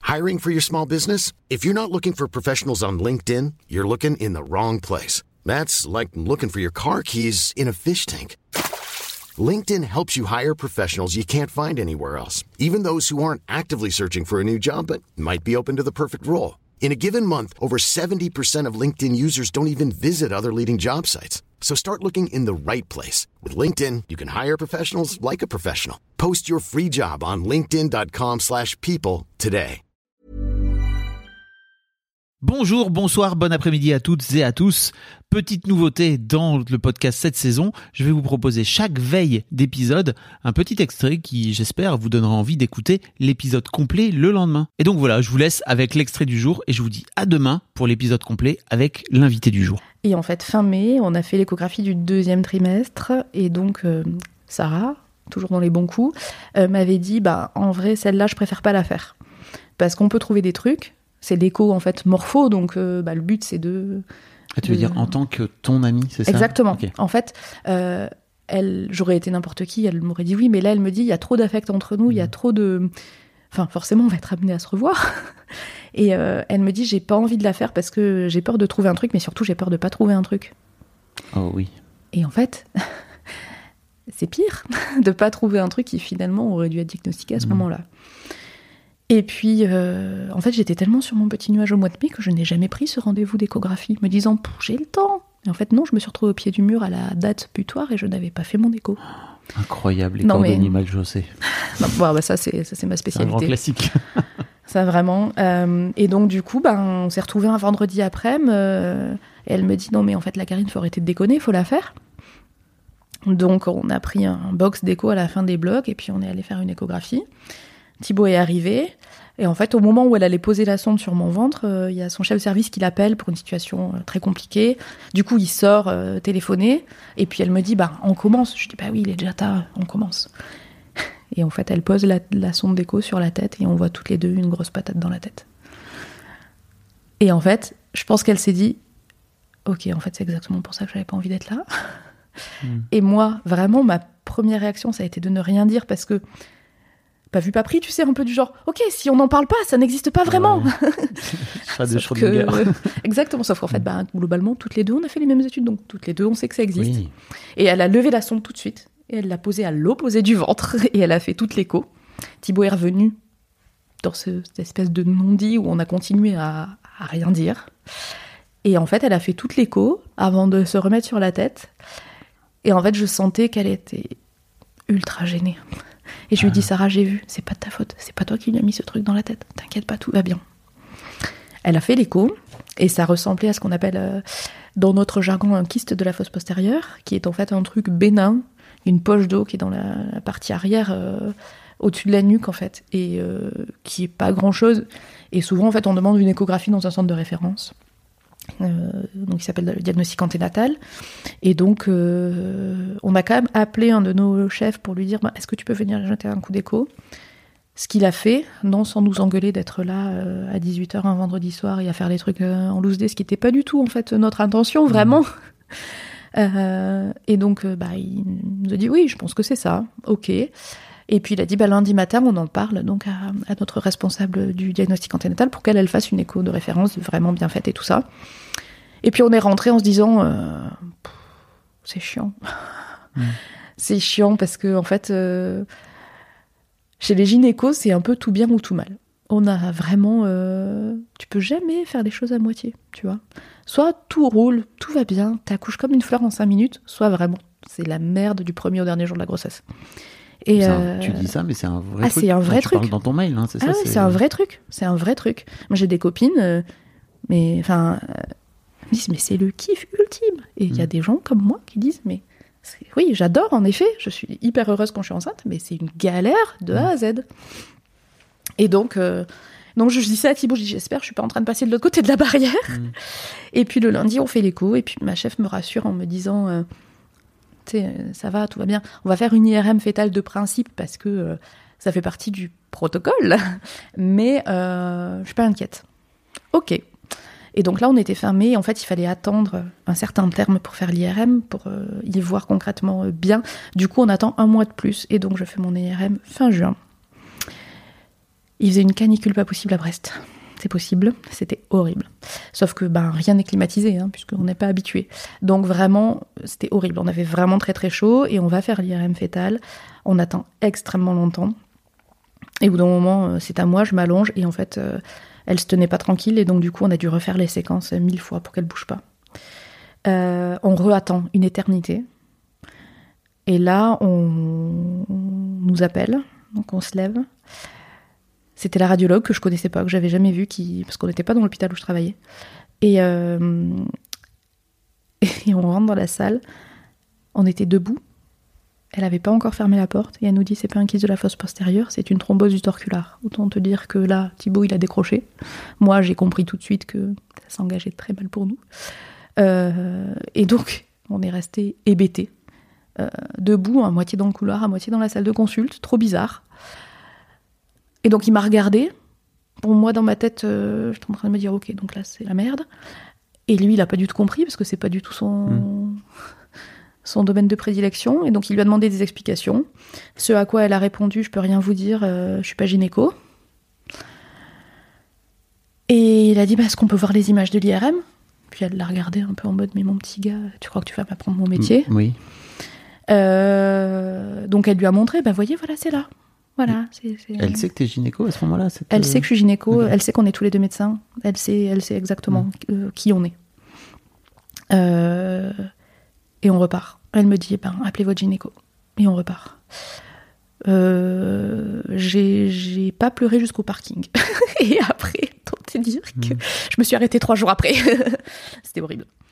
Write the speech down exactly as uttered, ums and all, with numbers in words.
Hiring for your small business? If you're not looking for professionals on LinkedIn, you're looking in the wrong place. That's like looking for your car keys in a fish tank. LinkedIn helps you hire professionals you can't find anywhere else, even those who aren't actively searching for a new job but might be open to the perfect role. In a given month, over seventy percent of LinkedIn users don't even visit other leading job sites. So start looking in the right place. With LinkedIn, you can hire professionals like a professional. Post your free job on linkedin.com slash people today. Bonjour, bonsoir, bon après-midi à toutes et à tous. Petite nouveauté dans le podcast cette saison, je vais vous proposer chaque veille d'épisode un petit extrait qui, j'espère, vous donnera envie d'écouter l'épisode complet le lendemain. Et donc voilà, je vous laisse avec l'extrait du jour et je vous dis à demain pour l'épisode complet avec l'invité du jour. Et en fait, fin mai, on a fait l'échographie du deuxième trimestre et donc euh, Sarah, toujours dans les bons coups, euh, m'avait dit bah en vrai celle-là je préfère pas la faire parce qu'on peut trouver des trucs. C'est l'écho en fait morpho, donc euh, bah, le but c'est de. Ah, tu veux de... dire en tant que ton amie, c'est ça ? Exactement. Okay. En fait, euh, elle, j'aurais été n'importe qui, elle m'aurait dit oui, mais là elle me dit il y a trop d'affect entre nous, il mmh. y a trop de. Enfin, forcément, on va être amené à se revoir. Et euh, elle me dit j'ai pas envie de la faire parce que j'ai peur de trouver un truc, mais surtout j'ai peur de pas trouver un truc. Oh oui. Et en fait, c'est pire de pas trouver un truc qui finalement aurait dû être diagnostiqué à ce mmh. moment-là. Et puis, euh, en fait, j'étais tellement sur mon petit nuage au mois de mai que je n'ai jamais pris ce rendez-vous d'échographie, me disant « j'ai le temps ». Et en fait, non, je me suis retrouvée au pied du mur à la date butoir et je n'avais pas fait mon écho. Incroyable, les non, cordonniers mais... mal chaussés. Non, bon, bah, ça, c'est, ça, c'est ma spécialité. C'est un grand classique. Ça, vraiment. Euh, et donc, du coup, ben, on s'est retrouvés un vendredi après-midi euh, et elle me dit « non, mais en fait, la Karine, il faut arrêter de déconner, il faut la faire ». Donc, on a pris un box d'écho à la fin des blocs et puis on est allé faire une échographie. Thibaut est arrivé, et en fait, au moment où elle allait poser la sonde sur mon ventre, il euh, y a son chef de service qui l'appelle pour une situation euh, très compliquée. Du coup, il sort euh, téléphoner, et puis elle me dit, bah, on commence. Je dis, bah oui, il est déjà tard, on commence. Et en fait, elle pose la, la sonde d'écho sur la tête, et on voit toutes les deux une grosse patate dans la tête. Et en fait, je pense qu'elle s'est dit, ok, en fait, c'est exactement pour ça que j'avais pas envie d'être là. Mmh. Et moi, vraiment, ma première réaction, ça a été de ne rien dire, parce que pas vu, pas pris, tu sais, un peu du genre, ok, si on n'en parle pas, ça n'existe pas vraiment. Ouais. Ça de Schrödinger. Que... Exactement, sauf qu'en fait, bah, globalement, toutes les deux, on a fait les mêmes études, donc toutes les deux, on sait que ça existe. Oui. Et elle a levé la sonde tout de suite, et elle l'a posée à l'opposé du ventre, et elle a fait toute l'écho. Thibaut est revenu dans ce, cette espèce de non-dit où on a continué à, à rien dire. Et en fait, elle a fait toute l'écho avant de se remettre sur la tête. Et en fait, je sentais qu'elle était ultra gênée. Et je lui ai dit, Sarah, j'ai vu, c'est pas de ta faute, c'est pas toi qui lui as mis ce truc dans la tête, t'inquiète pas, tout va bien. Elle a fait l'écho, et ça ressemblait à ce qu'on appelle, euh, dans notre jargon, un kyste de la fosse postérieure, qui est en fait un truc bénin, une poche d'eau qui est dans la, la partie arrière, euh, au-dessus de la nuque, en fait, et euh, qui est pas grand-chose. Et souvent, en fait, on demande une échographie dans un centre de référence. Euh, donc il s'appelle le diagnostic anténatal, et donc euh, on a quand même appelé un de nos chefs pour lui dire bah, est-ce que tu peux venir jeter un coup d'écho, ce qu'il a fait, non sans nous engueuler d'être là euh, à dix-huit heures un vendredi soir et à faire des trucs euh, en loose day, ce qui n'était pas du tout en fait notre intention vraiment. Mmh. euh, et donc euh, bah, il nous a dit oui, je pense que c'est ça, ok. Et puis il a dit bah, lundi matin on en parle donc à, à notre responsable du diagnostic anténatal pour qu'elle elle fasse une écho de référence vraiment bien faite et tout ça. Et puis on est rentré en se disant euh, c'est chiant. Mmh. C'est chiant parce que en fait euh, chez les gynécos c'est un peu tout bien ou tout mal. On a vraiment euh, tu peux jamais faire les choses à moitié, tu vois. Soit tout roule, tout va bien, t'accouches comme une fleur en cinq minutes, soit vraiment c'est la merde du premier au dernier jour de la grossesse. Et un, euh... tu dis ça, mais c'est un vrai ah, truc. C'est un vrai enfin, truc. Tu parles dans ton mail, hein, c'est ah ça. Oui, c'est... c'est un vrai truc. C'est un vrai truc. Moi, j'ai des copines, euh, mais enfin, euh, me disent mais c'est le kiff ultime. Et il mmh. y a des gens comme moi qui disent mais c'est... oui, j'adore en effet. Je suis hyper heureuse quand je suis enceinte, mais c'est une galère de mmh. A à Z. Et donc, euh, donc je dis ça à Thibaut. Je dis j'espère, je suis pas en train de passer de l'autre côté de la barrière. Mmh. Et puis le lundi, on fait l'écho. Et puis ma chef me rassure en me disant. Euh, ça va, tout va bien. On va faire une I R M fétale de principe parce que euh, ça fait partie du protocole, mais euh, je suis pas inquiète. Ok. Et donc là, on était fermés. En fait, il fallait attendre un certain terme pour faire l'I R M, pour euh, y voir concrètement euh, bien. Du coup, on attend un mois de plus. Et donc, je fais mon I R M fin juin. Il faisait une canicule pas possible à Brest. C'est possible, c'était horrible. Sauf que ben, rien n'est climatisé, hein, puisqu'on n'est pas habitué. Donc vraiment, c'était horrible. On avait vraiment très très chaud et on va faire l'I R M fœtal. On attend extrêmement longtemps. Et au bout d'un moment, c'est à moi, je m'allonge et en fait, euh, elle se tenait pas tranquille et donc du coup, on a dû refaire les séquences mille fois pour qu'elle bouge pas. Euh, on re-attend une éternité. Et là, on, on nous appelle, donc on se lève. C'était la radiologue que je connaissais pas, que j'avais jamais vue, qui... parce qu'on n'était pas dans l'hôpital où je travaillais. Et, euh... et on rentre dans la salle, on était debout, elle avait pas encore fermé la porte, et elle nous dit c'est pas un kyste de la fosse postérieure, c'est une thrombose du torculaire. Autant te dire que là, Thibaut il a décroché. Moi j'ai compris tout de suite que ça s'engageait très mal pour nous. Euh... Et donc on est restés hébétés, euh, debout, à moitié dans le couloir, à moitié dans la salle de consulte, trop bizarre. Et donc il m'a regardée. Pour moi, dans ma tête, euh, j'étais en train de me dire ok, donc là c'est la merde. Et lui, il a pas du tout compris parce que c'est pas du tout son mmh. son domaine de prédilection. Et donc il lui a demandé des explications. Ce à quoi elle a répondu, je peux rien vous dire, euh, je suis pas gynéco. Et il a dit bah, est-ce qu'on peut voir les images de l'I R M ? Puis elle l'a regardé un peu en mode mais mon petit gars, tu crois que tu vas m'apprendre mon métier ? mmh, Oui. Euh, donc elle lui a montré bah voyez voilà c'est là. Voilà, c'est, c'est... Elle sait que tu es gynéco à ce moment-là cette... Elle sait que je suis gynéco, okay. Elle sait qu'on est tous les deux médecins, elle sait, elle sait exactement mmh. euh, qui on est. Euh... Et on repart. Elle me dit, ben, appelez votre gynéco. Et on repart. Euh... J'ai, j'ai pas pleuré jusqu'au parking. Et après, pour te dire que mmh. je me suis arrêtée trois jours après. C'était horrible.